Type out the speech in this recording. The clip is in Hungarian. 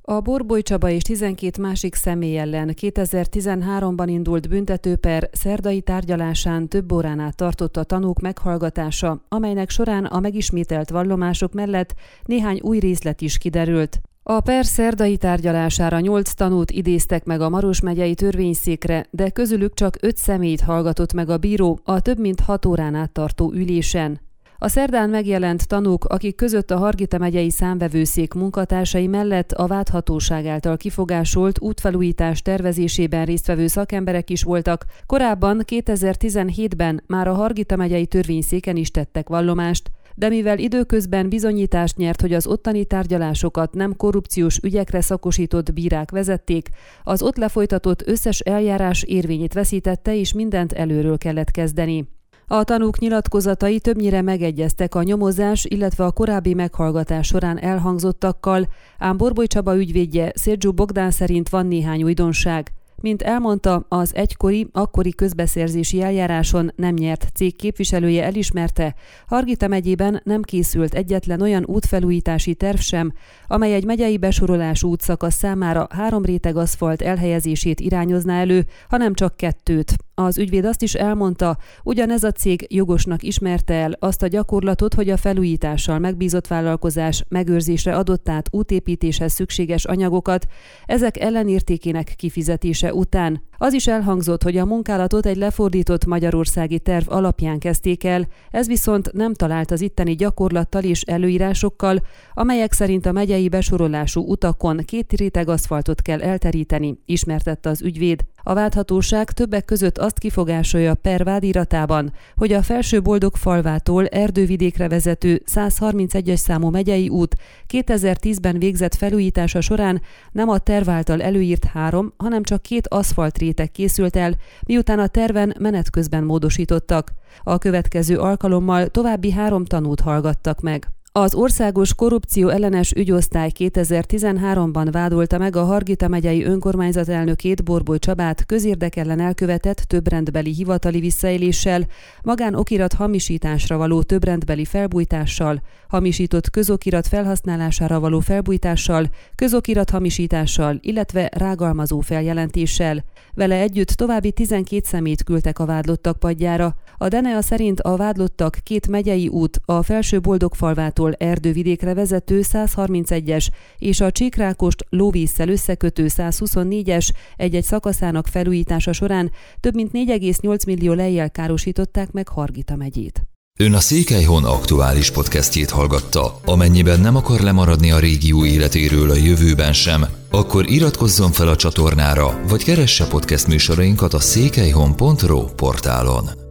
A Borboly Csaba és 12 másik személy ellen 2013-ban indult büntetőper szerdai tárgyalásán több órán át tartott a tanúk meghallgatása, amelynek során a megismételt vallomások mellett néhány új részlet is kiderült. A per szerdai tárgyalására 8 tanút idéztek meg a Maros megyei törvényszékre, de közülük csak 5 személyt hallgatott meg a bíró a több mint 6 órán át tartó ülésen. A szerdán megjelent tanúk, akik között a Hargita megyei számvevőszék munkatársai mellett a vádhatóság által kifogásolt útfelújítás tervezésében résztvevő szakemberek is voltak, korábban 2017-ben már a Hargita megyei törvényszéken is tettek vallomást, de mivel időközben bizonyítást nyert, hogy az ottani tárgyalásokat nem korrupciós ügyekre szakosított bírák vezették, az ott lefolytatott összes eljárás érvényét veszítette és mindent előről kellett kezdeni. A tanúk nyilatkozatai többnyire megegyeztek a nyomozás, illetve a korábbi meghallgatás során elhangzottakkal, ám Borboly Csaba ügyvédje Szérdzsú Bogdán szerint van néhány újdonság. Mint elmondta, az akkori közbeszerzési eljáráson nem nyert cég képviselője elismerte, Hargita megyében nem készült egyetlen olyan útfelújítási terv sem, amely egy megyei besorolású útszakasz számára 3 réteg aszfalt elhelyezését irányozná elő, hanem csak 2. Az ügyvéd azt is elmondta, ugyanez a cég jogosnak ismerte el azt a gyakorlatot, hogy a felújítással megbízott vállalkozás megőrzésre adott át útépítéshez szükséges anyagokat, ezek ellenértékének kifizetése után. Az is elhangzott, hogy a munkálatot egy lefordított magyarországi terv alapján kezdték el, ez viszont nem talált az itteni gyakorlattal és előírásokkal, amelyek szerint a megyei besorolású utakon 2 réteg aszfaltot kell elteríteni, ismertette az ügyvéd. A vádhatóság többek között azt kifogásolja per vádiratában, hogy a Felső-Boldogfalvától Erdővidékre vezető 131-es számú megyei út 2010-ben végzett felújítása során nem a terv által előírt 3, hanem csak 2 aszfaltréteg készült el, miután a terven menet közben módosítottak. A következő alkalommal további 3 tanút hallgattak meg. Az Országos Korrupció Ellenes Ügyosztály 2013-ban vádolta meg a Hargita megyei önkormányzat elnökét, Borboly Csabát közérdek ellen elkövetett többrendbeli hivatali visszaéléssel, magánokirat hamisításra való többrendbeli felbujtással, hamisított közokirat felhasználására való felbujtással, közokirat hamisítással, illetve rágalmazó feljelentéssel. Vele együtt további 12 személyt küldtek a vádlottak padjára. A DENEA szerint a vádlottak 2 megyei út, a Felső-Boldogfalvától Erdővidékre vezető 131-es és a Csíkrákost lóvízzel összekötő 124-es egy-egy szakaszának felújítása során több mint 4,8 millió lejjel károsították meg Hargita megyét. Ön a Székelyhon aktuális podcastjét hallgatta. Amennyiben nem akar lemaradni a régió életéről a jövőben sem, akkor iratkozzon fel a csatornára, vagy keresse podcast műsorainkat a székelyhon.ro portálon.